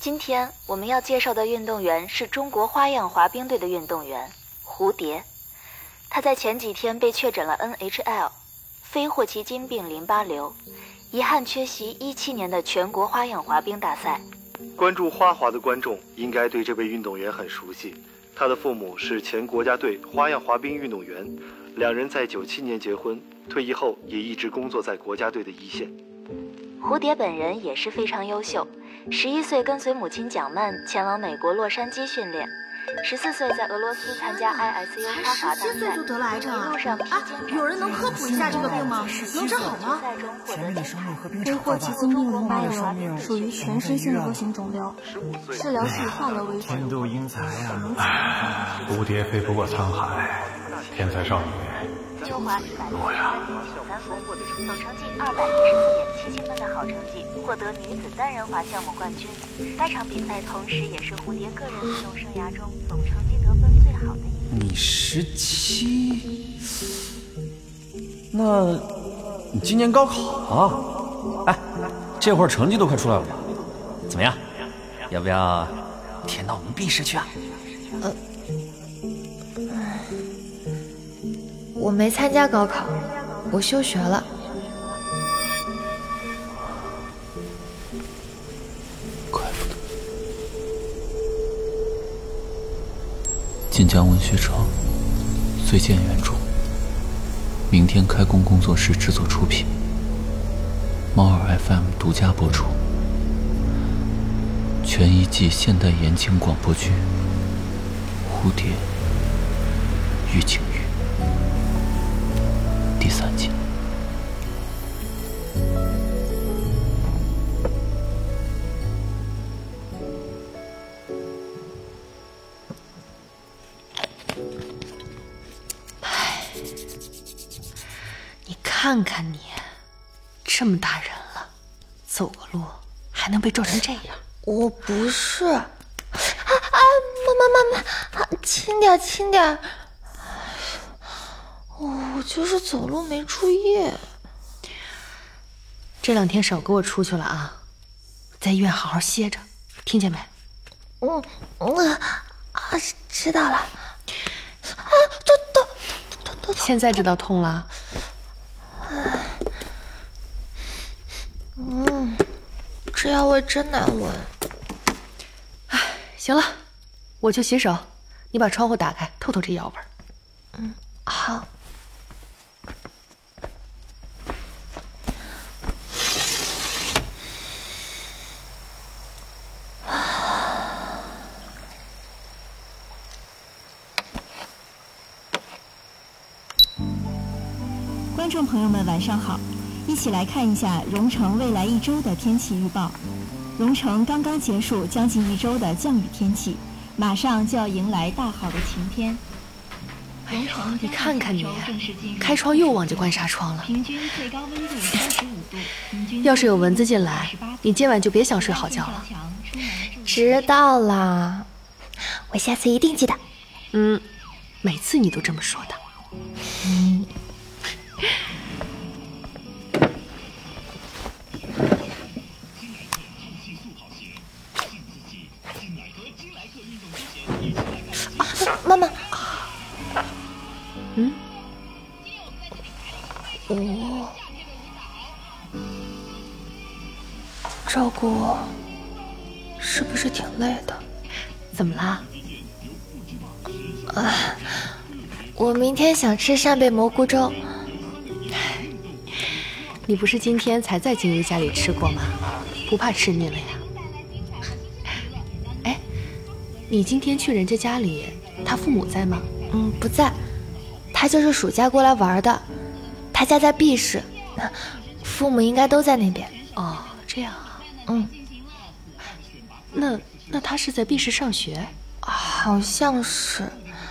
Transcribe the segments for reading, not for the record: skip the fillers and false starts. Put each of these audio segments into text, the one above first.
今天我们要介绍的运动员是中国花样滑冰队的运动员蝴蝶。他在前几天被确诊了 NHL 非霍奇金病淋巴瘤，遗憾缺席17年的全国花样滑冰大赛。 关注花滑的观众应该对这位运动员很熟悉，他的父母是前国家队花样滑冰运动员，两人在97年结婚，退役后也一直工作在国家队的一线。 蝴蝶本人也是非常优秀，11岁跟随母亲蒋曼前往美国洛杉矶训练，14岁在俄罗斯参加 ISU 花滑大赛， 才17岁就得了癌症啊！ 一路上披荆斩棘， 有人能科普一下这个病吗？能治好吗？ 非霍奇金病淋巴瘤属于全身性的恶性肿瘤，治疗是以化疗为主。 天妒英才啊！蝴蝶飞不过沧海，天才少女。 溜滑100米3分，总成绩214.77分的好成绩，获得女子单人滑项目冠军。该场比赛同时也是蝴蝶个人运动生涯中总成绩得分最好的一次。 你17，那你今年高考啊？哎，这会儿成绩都快出来了吧？怎么样？要不要填到我们 B 市去啊？ 我没参加高考，我休学了。 怪不得。晋江文学城，隋建原著，明天开工工作室制作出品，猫耳 FM 独家播出。全1季现代言情广播剧《蝴蝶遇景玉》第3季。 你看看你，这么大人了，走个路还能被照成这样？我不是。妈，轻点，轻点。我就是走路没注意。这2天少跟我出去了啊，在医院好好歇着，听见没？知道了。都现在知道痛了？这药味真难闻。行了，我去洗手，你把窗户打开，透透这药味。好。 观众朋友们晚上好，一起来看一下蓉城未来1周的天气预报。蓉城刚刚结束将近1周的降雨天气，马上就要迎来大好的晴天。 哎呦，你看看你，开窗又忘记关纱窗了。 平均最高温度35度。 要是有蚊子进来，你今晚就别想睡好觉了。 知道啦，我下次一定记得。 每次你都这么说的。 妈妈，照顾我是不是挺累的？ 怎么啦？ 我明天想吃扇贝蘑菇粥。 你不是今天才在金鱼家里吃过吗？不怕吃腻了呀？哎，你今天去人家家里，他父母在吗？ 不在，他就是暑假过来玩的。他家在 B 市，父母应该都在那边。 哦，这样啊。那他是在 B 市上学？ 好像是。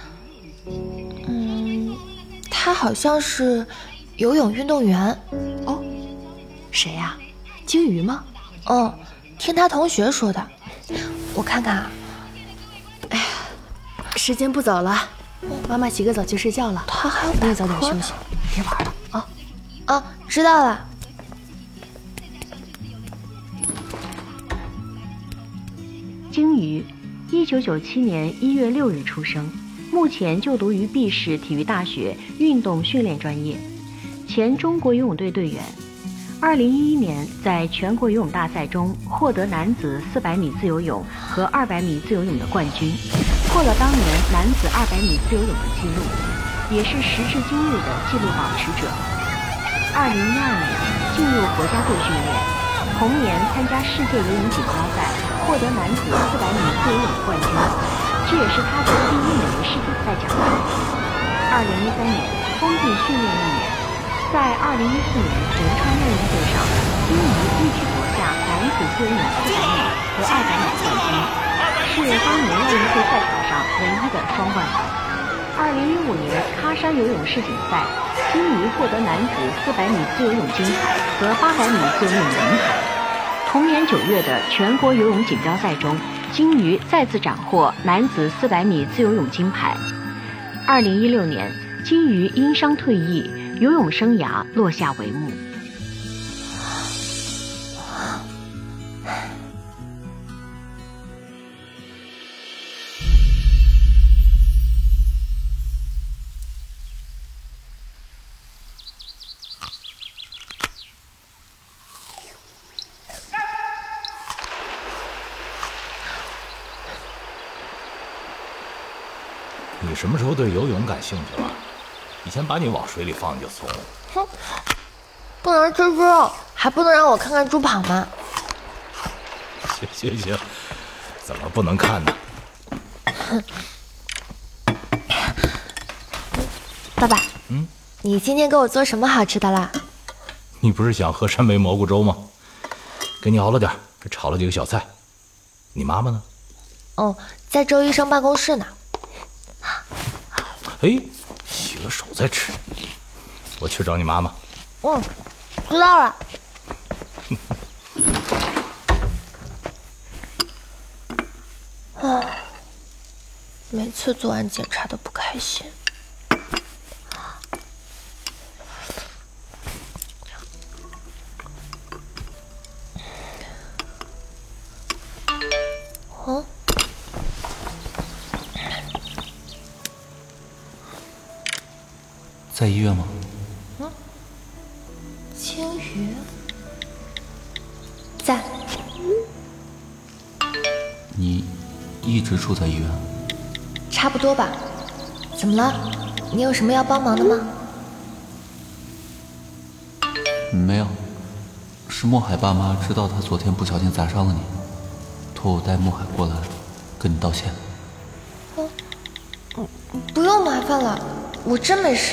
他好像是游泳运动员。 哦，谁呀？鲸鱼吗？ 听他同学说的。我看看啊。 哎呀，时间不早了，妈妈洗个澡去睡觉了。 他还要你也早点休息，别玩了啊。 知道了。 鲸鱼，1997年1月6日出生，目前就读于毕氏体育大学运动训练专业，前中国游泳队队员。2011年在全国游泳大赛中获得男子400米自由泳和200米自由泳的冠军，破了当年男子200米自由泳的纪录，也是时至今日的纪录保持者。2012年进入国家队训练，同年参加世界游泳锦标赛，获得男子400米自由泳冠军，这也是他的第1枚世锦赛奖牌。2013年封闭训练1年，在2014年仁川亚运会上，鲸鱼一举夺下男子自由泳400米和200米冠军，是当年亚运会赛场上唯一的双冠王。2015年喀山游泳世锦赛，鲸鱼获得男子400米自由泳金牌和800米自由泳银牌。同年9月的全国游泳锦标赛中，鲸鱼再次斩获男子400米自由泳金牌。2016年，鲸鱼因伤退役，游泳生涯落下帷幕。 你什么时候对游泳感兴趣了？以前把你往水里放你就怂。 哼，不能吃猪肉，还不能让我看看猪跑吗？ 行，怎么不能看呢？ 爸爸，你今天给我做什么好吃的啦？ 你不是想喝山梅蘑菇粥吗？给你熬了点，还炒了几个小菜。你妈妈呢？ 哦，在周医生办公室呢。 哎，洗了手再吃。我去找你妈妈。 知道了。每次做完检查都不开心。 在医院吗？ 鲸鱼在。 你一直住在医院？ 差不多吧。怎么了？你有什么要帮忙的吗？ 没有，是墨海爸妈知道他昨天不小心砸伤了你，托我带墨海过来跟你道歉。 不用麻烦了，我真没事。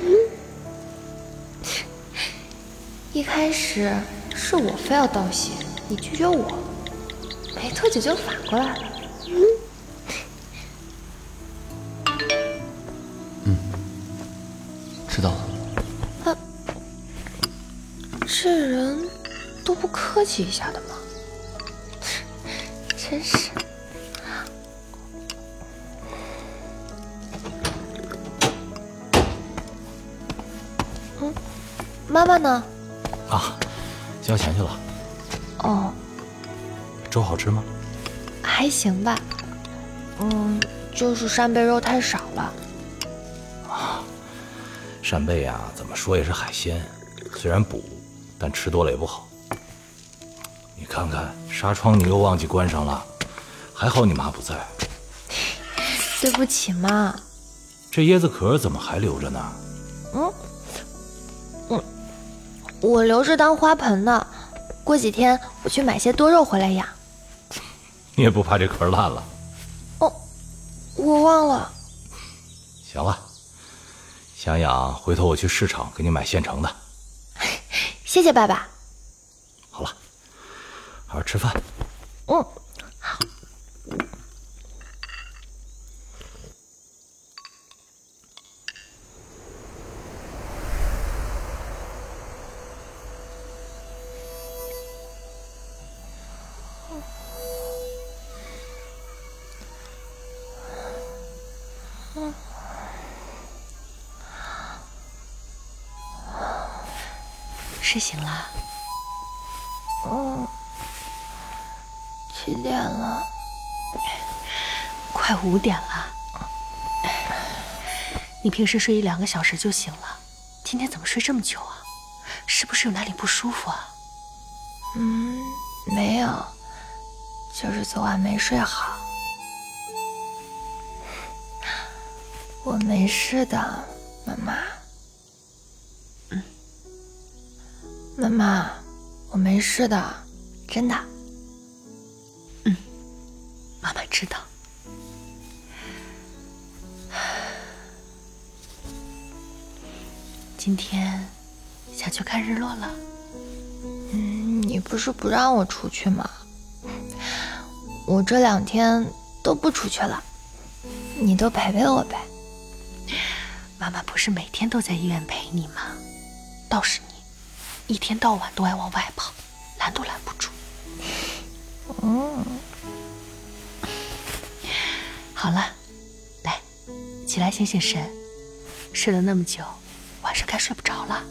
一开始是我非要道谢，你拒绝我，没多久就反过来了。 知道了。 这人都不客气一下的吗？真是。妈妈呢？ 交钱去了。 哦。 粥好吃吗？ 还行吧。就是扇贝肉太少了。 扇贝啊，怎么说也是海鲜，虽然补，但吃多了也不好。你看看纱窗你又忘记关上了，还好你妈不在。 对不起妈。 这椰子壳怎么还留着呢？ 我留着当花盆呢，过几天我去买些多肉回来养。 你也不怕这壳烂了？ 我忘了。 行了，想养回头我去市场给你买现成的。 谢谢爸爸。 好了，好好吃饭。 好。 睡醒了。 7点了。 快5点了，你平时睡1-2个小时就行了，今天怎么睡这么久啊？是不是有哪里不舒服啊？ 没有，就是昨晚没睡好。我没事的，妈妈。妈妈，我没事的，真的。 妈妈知道。今天想去看日落了。 你不是不让我出去吗？我这2天都不出去了，你都陪陪我呗。 妈妈不是每天都在医院陪你吗？倒是你，一天到晚都爱往外跑，拦都拦不住。好了，来，起来醒醒神，睡了那么久，晚上该睡不着了。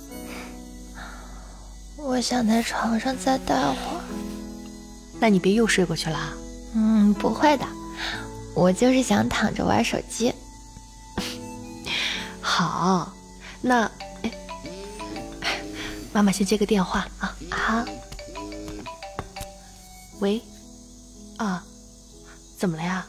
我想在床上再待会儿。 那你别又睡过去了啊。 不会的，我就是想躺着玩手机。 好，那妈妈先接个电话啊。 好。 喂，怎么了呀？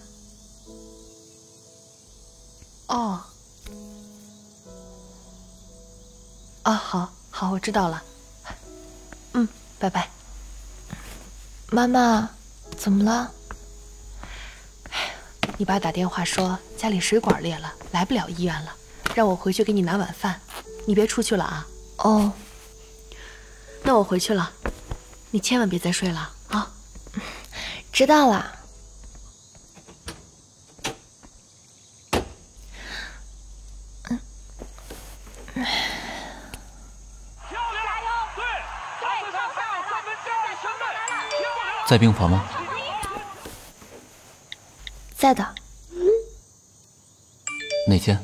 好，我知道了。拜拜。 妈妈，怎么了？ 你爸打电话说家里水管裂了，来不了医院了，让我回去给你拿晚饭，你别出去了啊。那我回去了，你千万别再睡了啊。 知道了。 在病房吗？ 在的。 哪间？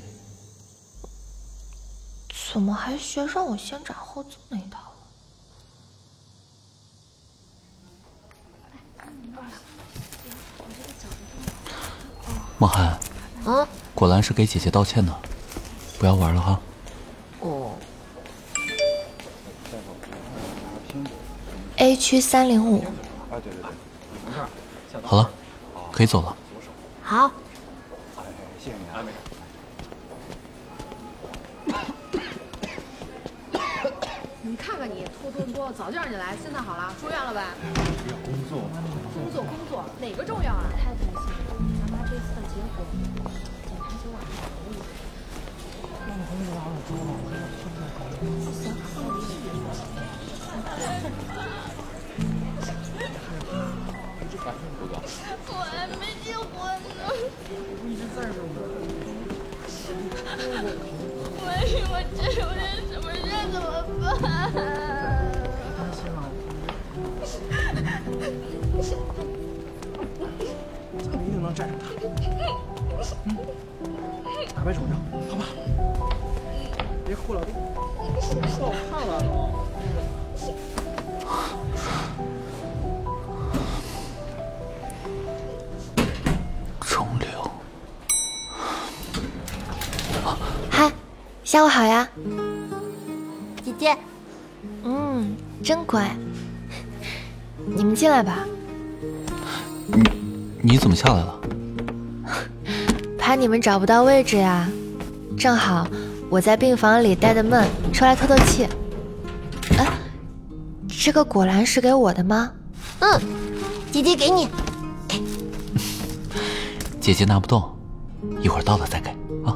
怎么还学上我先斩后奏那一套了？ 梦涵，果兰是给姐姐道歉的，不要玩了哈。 A 区305。 好了，可以走了。 好。 谢谢你啊。 你看看你，拖，早就让你来，现在好了，出院了呗？ 工作， 哪个重要啊？ 太担心了，咱妈这次的结果，检查结果还可以。 我还没结婚呢。万一我真有点什么事怎么办？ 担心了。咱们一定能战胜他。打败肿瘤，好吧？别哭了，不好看了都。 嗨，下午好呀， 姐姐。 真乖。你们进来吧。 你怎么下来了？ 怕你们找不到位置呀，正好我在病房里待得闷，出来透透气。这个果然是给我的吗？ 姐姐给你。 姐姐拿不动，一会儿到了再给啊。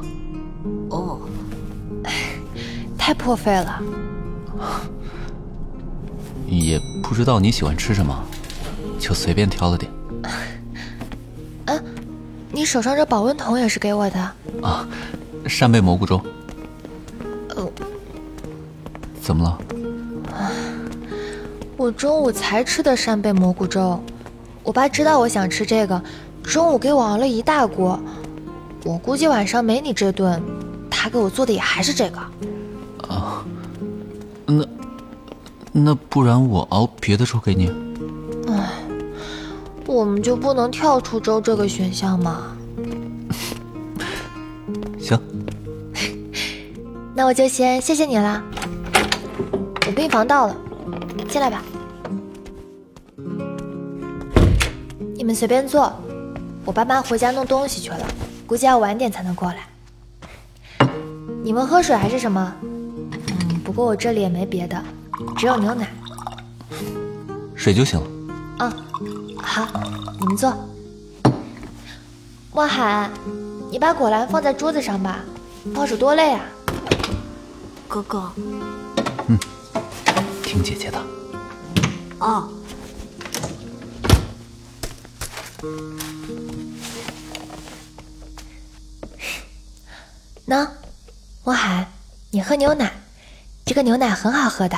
太破费了。 也不知道你喜欢吃什么，就随便挑了点。 你手上这保温桶也是给我的啊？扇贝蘑菇粥。怎么了？ 我中午才吃的扇贝蘑菇粥，我爸知道我想吃这个，中午给我熬了一大锅。我估计晚上没你这顿，他给我做的也还是这个。那不然我熬别的粥给你。 我我们就不能跳出粥这个选项吗？ 行， 那我就先谢谢你了。我病房到了，进来吧。你们随便坐，我爸妈回家弄东西去了，估计要晚点才能过来。你们喝水还是什么？不过我这里也没别的，只有牛奶。 水就行了。 好，你们坐。莫海，你把果篮放在桌子上吧，抱着多累啊。 哥哥。 听姐姐的。 哦。 喏，莫海，你喝牛奶，这个牛奶很好喝的。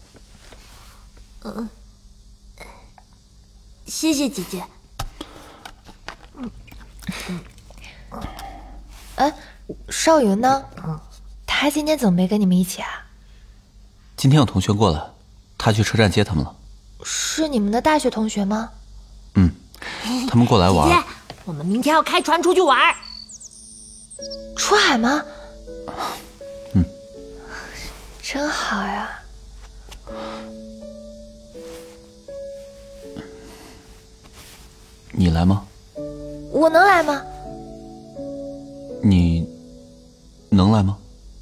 谢谢姐姐。 少云呢？他今天怎么没跟你们一起啊？ 今天有同学过来，他去车站接他们了。 是你们的大学同学吗？ 他们过来玩。 姐姐，我们明天要开船出去玩。 出海吗？真好呀。 你来吗？ 我能来吗？ 你能来吗？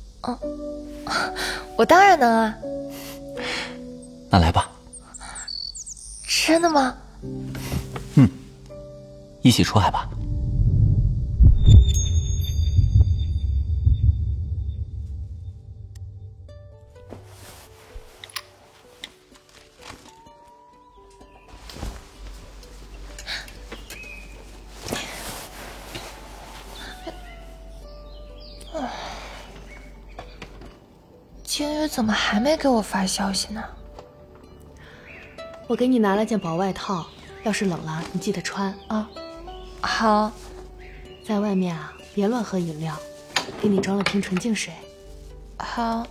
我当然能啊。 那来吧。 真的吗？ 一起出海吧。 金鱼怎么还没给我发消息呢？ 我给你拿了件薄外套，要是冷了你记得穿啊。 好。 在外面啊，别乱喝饮料。给你装了瓶纯净水。 好。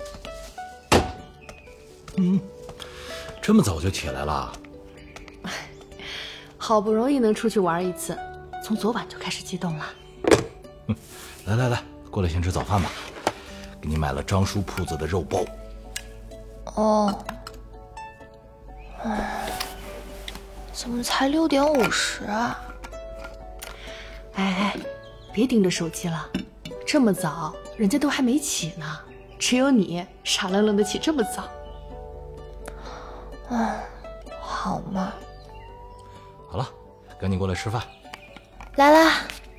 这么早就起来了？ 好不容易能出去玩一次，从昨晚就开始激动了。 来，过来先吃早饭吧。给你买了张叔铺子的肉包。 怎么才6点50啊？ 哎，别盯着手机了，这么早，人家都还没起呢，只有你傻愣愣的起这么早。 好嘛。 好了，赶紧过来吃饭。 来啦。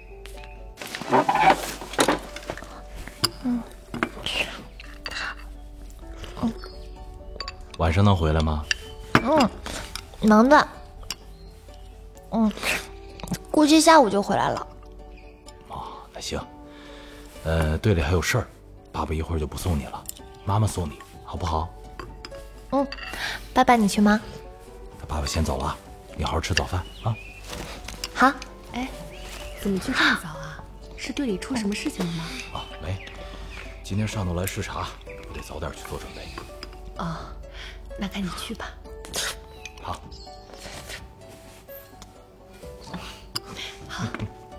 晚上能回来吗？ 能的。估计下午就回来了。 那行。队里还有事儿，爸爸一会儿就不送你了，妈妈送你，好不好？ 爸爸你去忙。 那爸爸先走了，你好好吃早饭啊。 好。 哎，怎么去这么早啊？是队里出什么事情了吗？ 没，今天上头来视察，我得早点去做准备。 那赶紧去吧。 好。 好。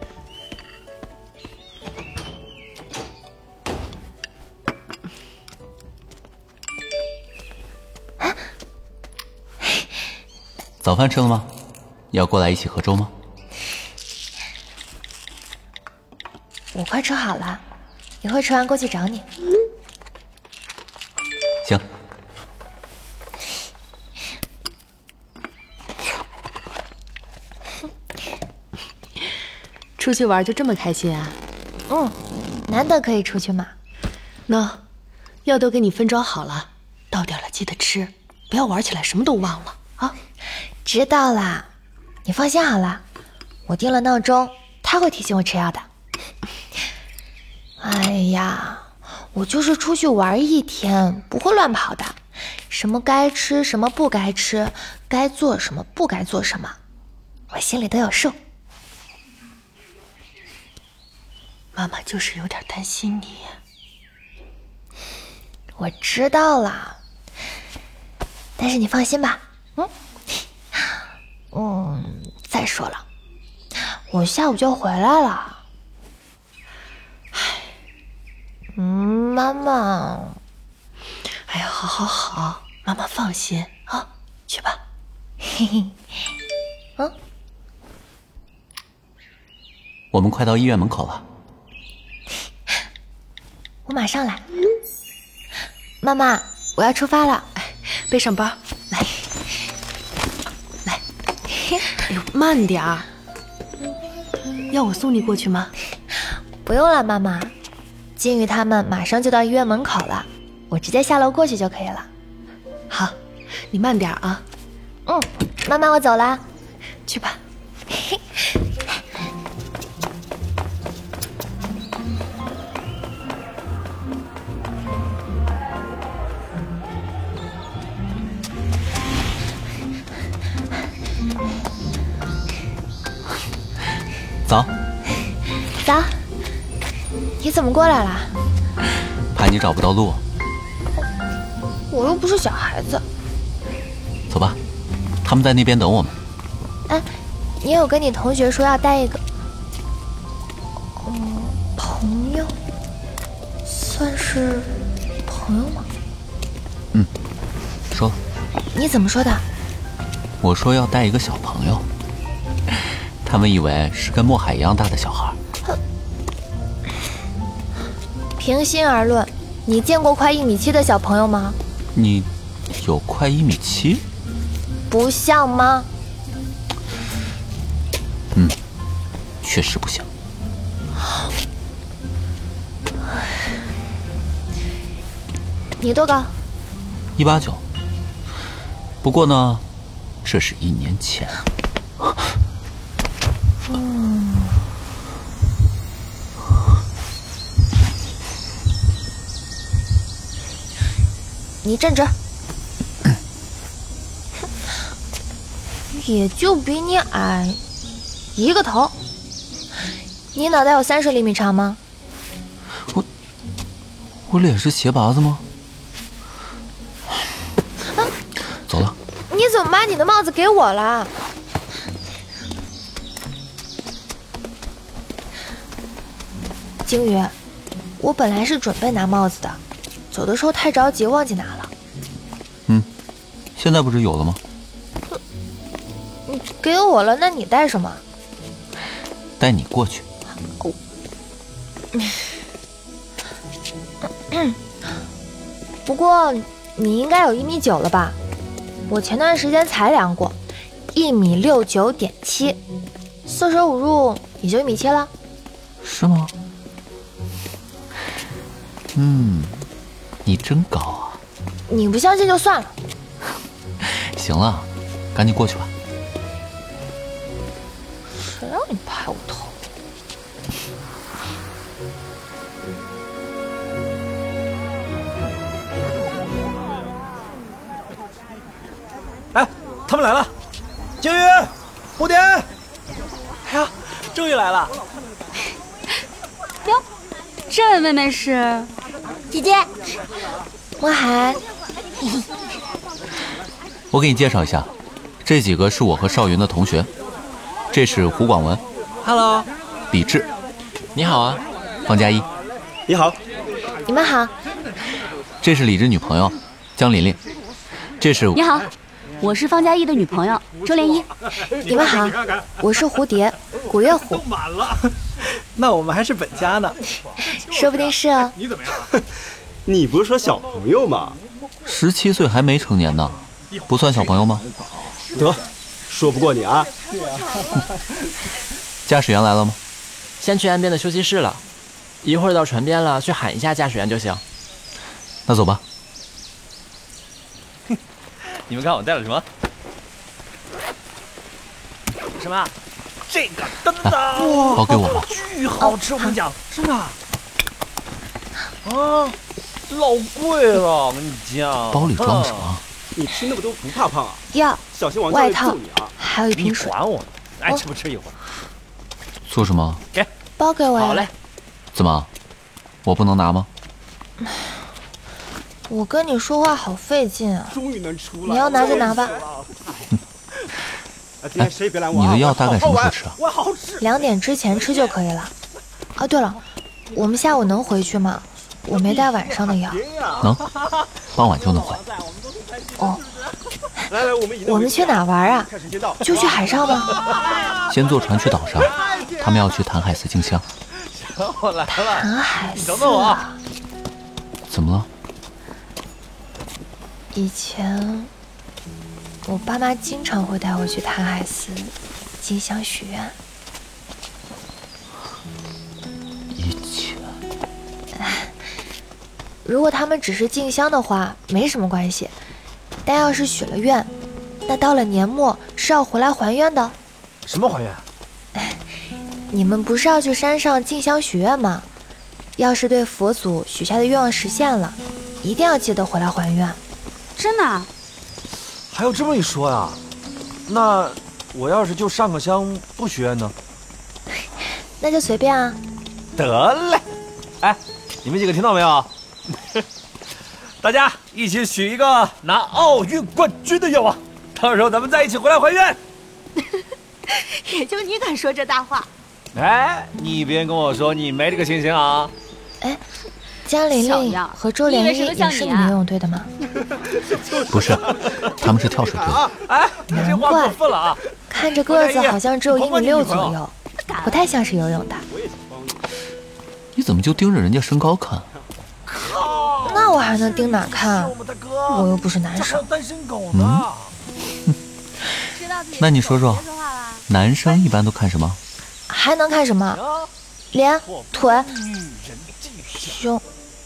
早饭吃了吗？要过来一起喝粥吗？ 我快吃好了，一会儿吃完过去找你。 行。 出去玩就这么开心啊？ 难得可以出去嘛。 喏，药都给你分装好了，到点了记得吃，不要玩起来什么都忘了啊。 知道啦，你放心好了，我定了闹钟，他会提醒我吃药的。哎呀，我就是出去玩一天，不会乱跑的。什么该吃，什么不该吃，该做什么，不该做什么，我心里都有数。 妈妈就是有点担心你。 我知道啦，但是你放心吧。再再说了，我下午就回来了。妈妈。 哎呀，好好好，妈妈放心啊，去吧。 嘿嘿， 我们快到医院门口了。 我马上来。妈妈，我要出发了。 背上包，来，来。哎呦，慢点儿。要我送你过去吗？ 不用了，妈妈。金鱼他们马上就到医院门口了，我直接下楼过去就可以了。 好，你慢点啊。 妈妈，我走了， 去吧。 早。 早。你怎么过来了？ 怕你找不到路。 我又不是小孩子。 走吧，他们在那边等我们。 哎，你有跟你同学说要带一个朋友，算是朋友吗？ 说。 你怎么说的？ 我说要带一个小朋友，他们以为是跟墨海一样大的小孩。 平心而论，你见过快1.7米的小朋友吗？ 你有快1.7米？ 不像吗？ 确实不像。 你多高 ？189。不过呢，这是1年前。 你站直。也就比你矮1个头。你脑袋有30厘米长吗？ 我脸是鞋拔子吗？走了。 你怎么把你的帽子给我了？鲸鱼，我本来是准备拿帽子的，走的时候太着急忘记拿了。 现在不是有了吗？ 你给我了，那你戴什么？ 带你过去。 不过你应该有1.9米了吧？我前段时间才量过，1.69.7米，四舍五入也就1.7米了。 是吗？你真高啊！ 你不相信就算了。 行了，赶紧过去吧。 谁让你拍我头？ 哎，他们来了！鲸鱼、蝴蝶，哎呀，终于来了！ 哟，这位妹妹是姐姐，墨海。 我给你介绍一下，这几个是我和邵云的同学，这是胡广文 ，Hello， 李志， 你好啊， 方佳一， 你好， 你们好。 这是李志女朋友江琳琳，这是你好，我是方佳一的女朋友周涟漪。 你们好，我是蝴蝶古月虎。 满了，那我们还是本家呢， 说不定是哦。 你怎么样？你不是说小朋友吗 ？17岁还没成年呢，不算小朋友吗？ 得，说不过你啊。 驾驶员来了吗？ 先去岸边的休息室了，一会儿到船边了，去喊一下驾驶员就行。 那走吧。 你们看我带了什么？什么？ 这个等等， 包给我吧。 巨好吃，我跟你讲，真的。啊，老贵了，我跟你讲。 包里装什么？ 你吃那么多不怕胖啊？ 要小心王外套揍你啊！ 还有一瓶水。 你管我，爱吃不吃一会儿。 做什么？ 给， 包给我呀。 好嘞。 怎么？我不能拿吗？ 我跟你说话好费劲啊！ 终于能出来， 你要拿就拿吧。 哎，你的药大概什么时候吃啊 ？2点之前吃就可以了。哦，对了，我们下午能回去吗？我没带晚上的药。 能，傍晚就能回。 哦，我们去哪玩啊？就去海上吗？ 先坐船去岛上，他们要去潭海寺进香。 潭海寺啊？ 怎么了？ 以前我爸妈经常会带我去潭海寺进香许愿。 以前， 如果他们只是进香的话，没什么关系。但要是许了愿，那到了年末是要回来还愿的。 什么还愿？ 你们不是要去山上进香许愿吗？要是对佛祖许下的愿望实现了，一定要记得回来还愿。 真的？ 还有这么一说呀？那我要是就上个香不许愿呢？ 那就随便啊。 得嘞！哎，你们几个听到没有？大家一起许一个拿奥运冠军的愿望，到时候咱们再一起回来还愿。 也就你敢说这大话。 哎，你别跟我说你没这个信心啊！ 哎，江玲玲和周莲丽也是你们游泳队的吗？ 不是，他们是跳水队。 哎，你这话过分了啊！ 看着个子好像只有1.6米左右，不太像是游泳的。 你怎么就盯着人家身高看？ 那我还能盯哪看？我又不是男生。 那你说说，男生一般都看什么？ 还能看什么？脸、腿、胸。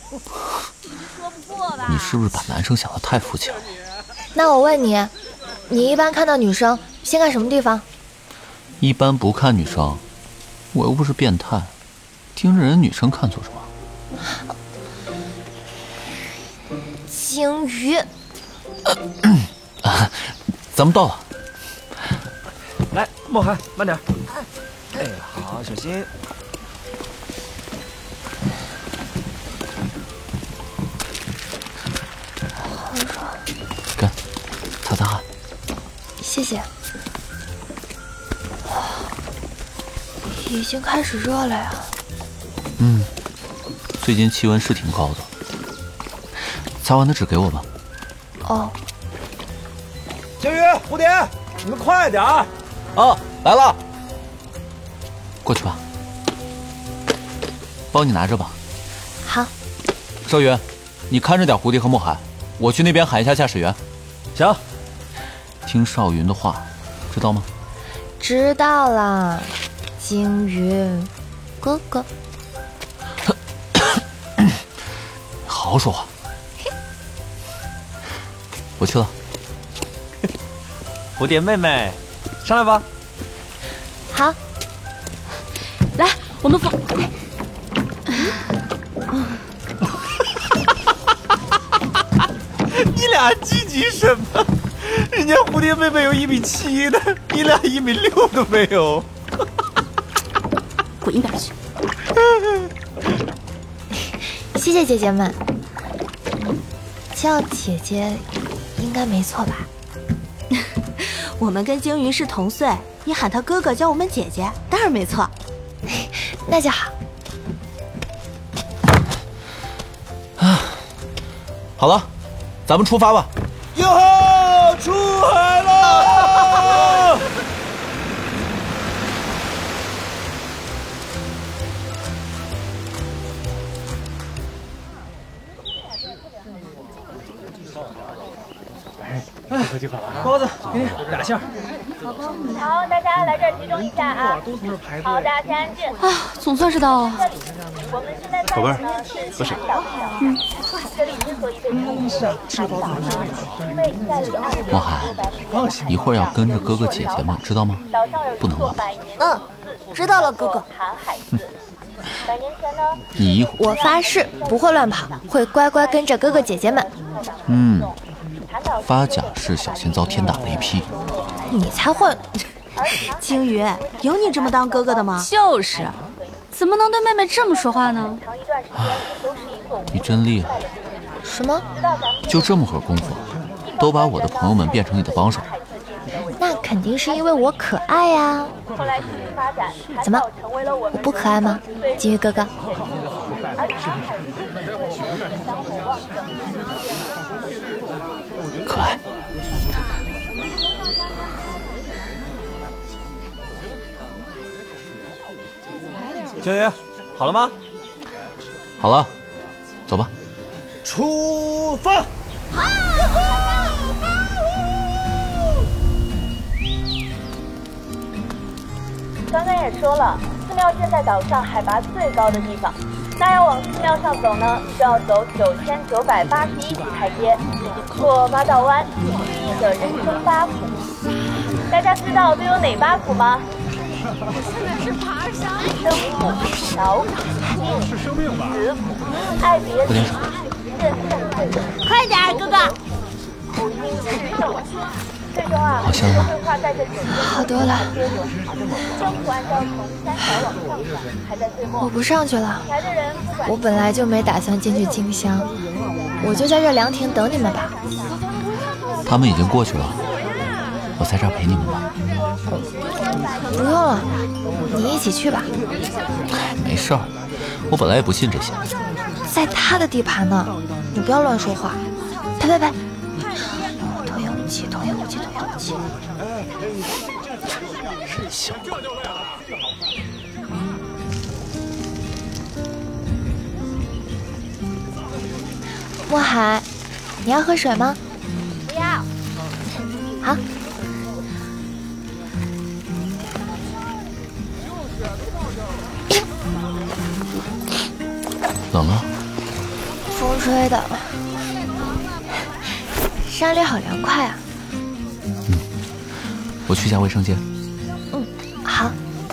你是不是把男生想得太肤浅了？ 那我问你，你一般看到女生先看什么地方？ 一般不看女生，我又不是变态，盯着人女生看做什么？ 鲸鱼。 咱们到了。 来，梦涵，慢点。哎，好，小心。 好爽。 干，擦擦汗。 谢谢。已经开始热了呀。 最近气温是挺高的。擦完的纸给我吧。 哦。 鲸鱼、蝴蝶，你们快点儿！ 啊，来了。过去吧。帮你拿着吧。 好。 少云，你看着点蝴蝶和墨海，我去那边喊一下驾驶员。 行。 听少云的话，知道吗？ 知道了，鲸鱼哥哥。 好好说话。我去了。 蝴蝶妹妹，上来吧。 好。 来，我们放。 你俩积极什么？人家蝴蝶妹妹有1.7米的，你俩1.6米都没有。 滚一边去！ 谢谢姐姐们。叫姐姐应该没错吧？ 我们跟鲸鱼是同岁，你喊他哥哥叫我们姐姐，当然没错。 那就好。 好了，咱们出发吧。 哟吼，出海了！包子，给你2馅。 好，大家来这儿集中一下啊！好，大家先安静。 啊，总算是到了。 我们现在在宝贝儿，喝水。 这里之所以被称为是宝岛，因为在离岸墨海，一会儿要跟着哥哥姐姐们，知道吗？不能乱跑。 知道了，哥哥。 你一会儿， 我发誓不会乱跑，会乖乖跟着哥哥姐姐们。 发假誓小心遭天打雷劈。 你才混！ 鲸鱼，有你这么当哥哥的吗？ 就是，怎么能对妹妹这么说话呢？ 你真厉害！ 什么？ 就这么会儿功夫，都把我的朋友们变成你的帮手？ 那肯定是因为我可爱呀。 后来事情发展， 怎么？我不可爱吗？金鱼哥哥。 可爱。 青鱼，好了吗？ 好了，走吧。 出发！ 刚刚也说了，寺庙建在岛上海拔最高的地方。那要往寺庙上走呢，需要走9981级台阶，过八道湾，经历的人生八苦。大家知道都有哪八苦吗？ 现在是爬山。 生苦、老苦、病苦、死苦、爱别离、认胜退。 快点，哥哥。 最终啊， 好香吗？ 好多了。 政府按照从3条往上涨，还在最后。 我不上去了，我本来就没打算进去进香，我就在这凉亭等你们吧。 他们已经过去了，我在这儿陪你们吧。 不用了，你一起去吧。 没事儿，我本来也不信这些。 在他的地盘呢，你不要乱说话。呸！童言无忌。 人性本大。 墨海，你要喝水吗？ 不要。 好。 冷啊？ 风吹的，山里好凉快啊。 我去下卫生间。 好。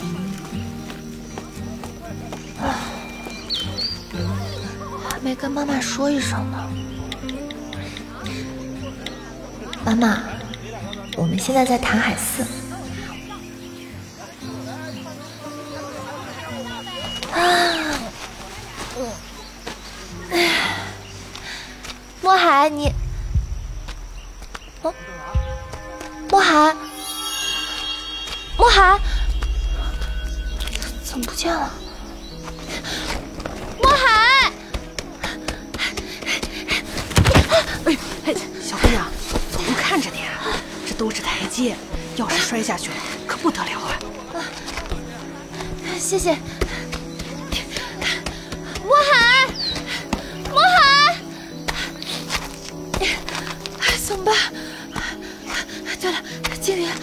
还没跟妈妈说一声呢。妈妈，我们现在在潭海寺。墨海，你，墨海，怎么不见了？墨海！ 哎，小姑娘，走路看着点，这都是台阶，要是摔下去了，可不得了啊！ 谢谢。怎么办？对了，静云，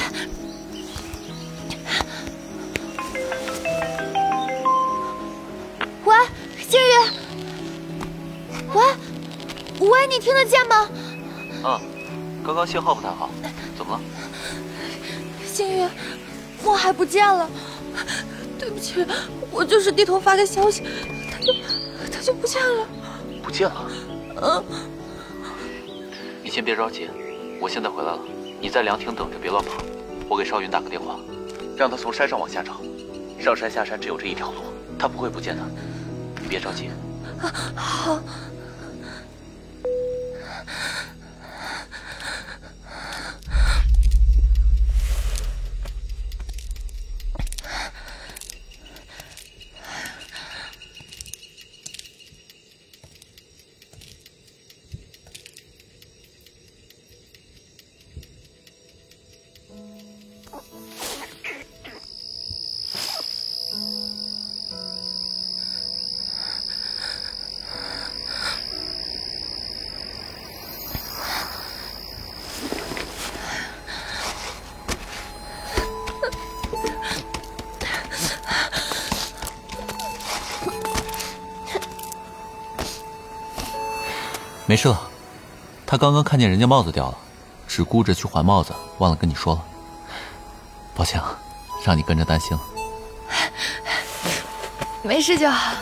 喂，静云，喂，你听得见吗？ 刚刚信号不太好，怎么了？ 静云，墨海不见了，对不起，我就是低头发个消息，他就不见了。 不见了？你先别着急，我现在回来了，你在凉亭等着，别乱跑。我给少云打个电话，让他从山上往下找，上山下山只有这一条路，他不会不见的。你别着急。 好。 没事了，他刚刚看见人家帽子掉了，只顾着去还帽子，忘了跟你说了。抱歉啊，让你跟着担心了。 没事就好。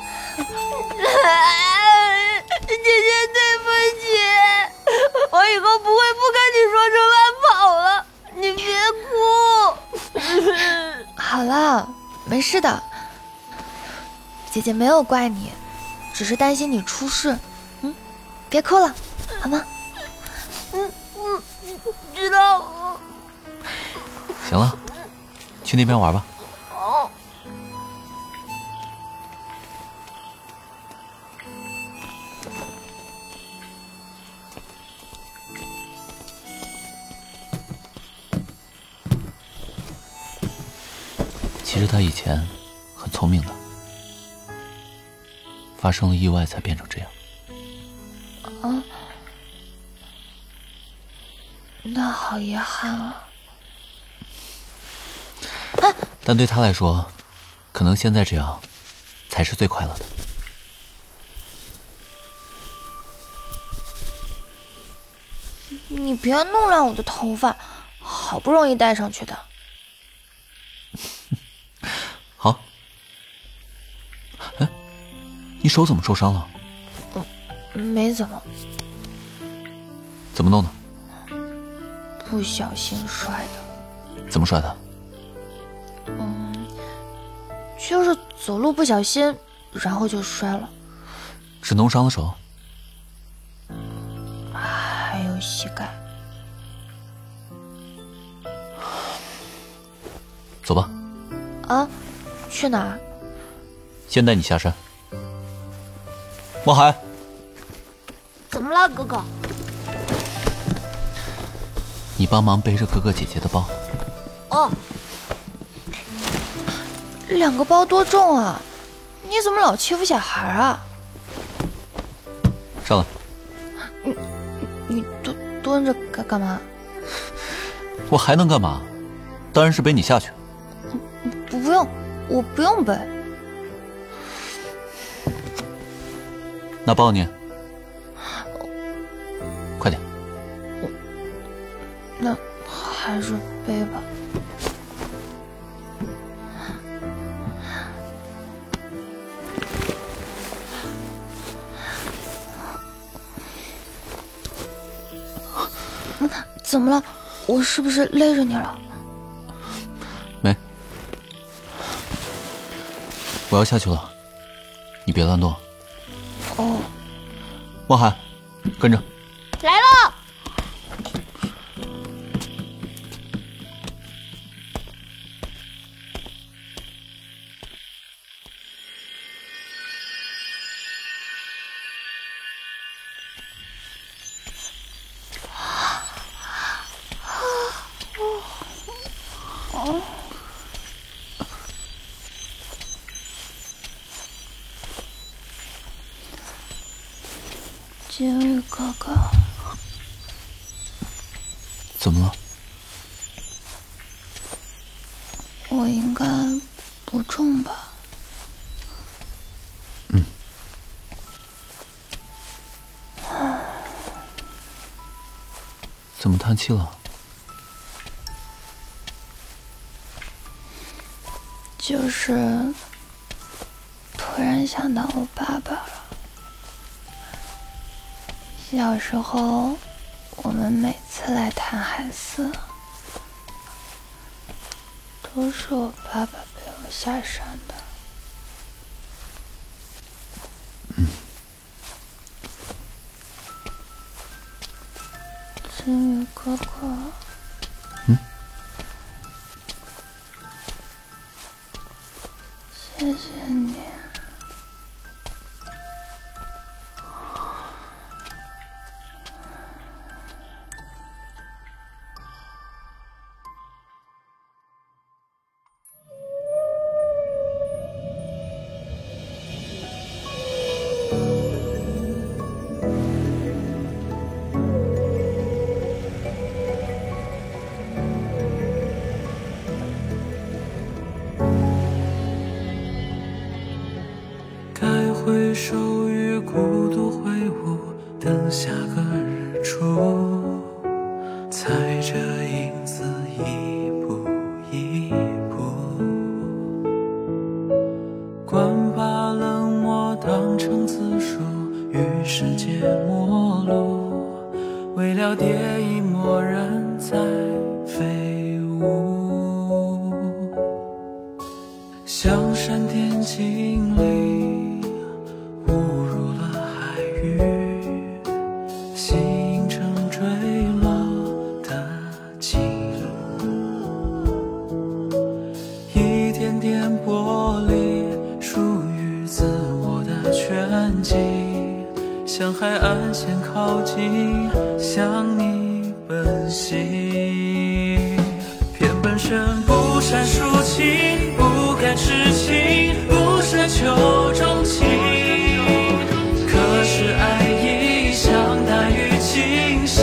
姐姐，对不起，我以后不会不跟你说着乱跑了，你别哭。 好了，没事的，姐姐没有怪你，只是担心你出事。别哭了，好吗？ 知道了。 行了，去那边玩吧。 哦。 其实他以前很聪明的，发生了意外才变成这样。 啊，那好遗憾啊。 但对他来说，可能现在这样才是最快乐的。 你别弄乱我的头发，好不容易戴上去的。 好。哎，你手怎么受伤了？ 没怎么。 怎么弄的？ 不小心摔的。 怎么摔的？ 就是走路不小心，然后就摔了。 是弄伤了手？ 还有膝盖。 走吧。 啊？去哪儿？ 先带你下山。望海。 怎么了，哥哥？ 你帮忙背着哥哥姐姐的包。 哦。2个包多重啊？你怎么老欺负小孩啊？ 上来。 你蹲着干嘛？ 我还能干嘛？当然是背你下去。 不用，我不用背。 那抱你。快点。 那还是背吧。怎么了？我是不是勒着你了？ 没。我要下去了，你别乱动。 哦。 望海，跟着。 来了。 金宇哥哥， 怎么了？ 我应该不重吧？ 怎么叹气了？ 就是突然想到我爸爸了。小时候，我们每次来潭海寺，都是我爸爸背我下山的。金宇哥哥。谢谢你。 回首与孤独挥舞，等下个日出，踩着影子一步一步，惯把冷漠当成自述，与世界陌路，为了蝶衣蓦然在飞舞，像闪电经历形成坠落的记录， 向海岸线靠近，向你奔袭。偏本身不善抒情，不敢痴情，不奢求钟情。可是爱已像大雨倾泻，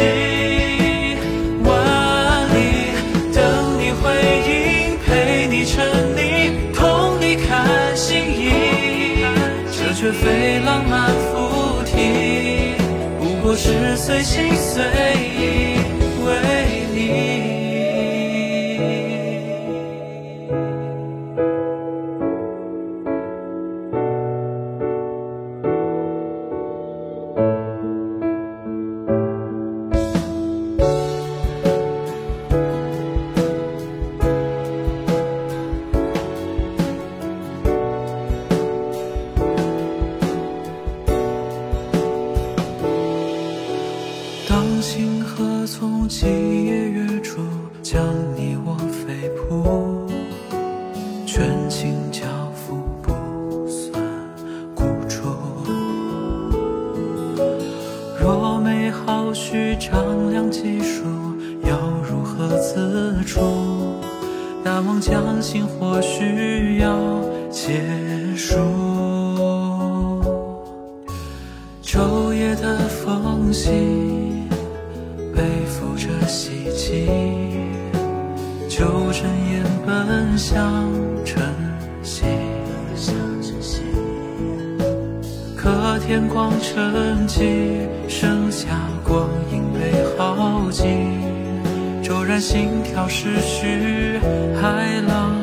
万里等你回应，陪你沉溺，同你看星移。这却非浪漫附体，不过是随心随意为你。当星河从今夜月出，将你我飞扑，全情交付不算孤注。若美好需丈量计数，要如何自处？大梦将醒，或许要结束。昼夜的缝隙，背负着希冀，就睁眼奔向晨曦。可天光沉寂，剩下光阴被耗尽，骤然心跳失序，海浪